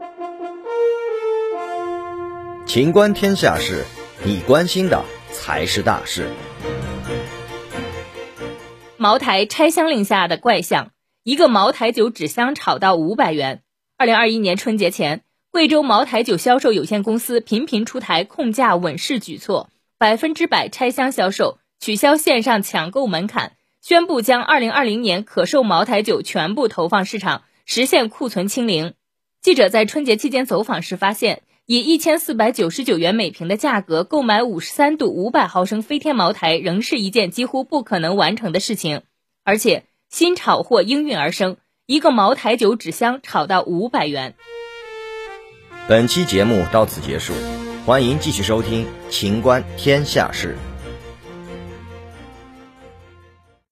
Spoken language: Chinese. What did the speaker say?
情观天下事，你关心的才是大事。 茅台拆箱令下的怪象，一个茅台酒纸箱炒到500元。2021年春节前，贵州茅台酒销售有限公司频频出台控价稳市举措，100%拆箱销售，取消线上抢购门槛，宣布将2020年可售茅台酒全部投放市场，实现库存清零。记者在春节期间走访时发现，以1499元每瓶的价格购买53度500毫升飞天茅台仍是一件几乎不可能完成的事情，而且新炒货应运而生，一个茅台酒纸箱炒到500元。 本期节目到此结束，欢迎继续收听《情观天下事》。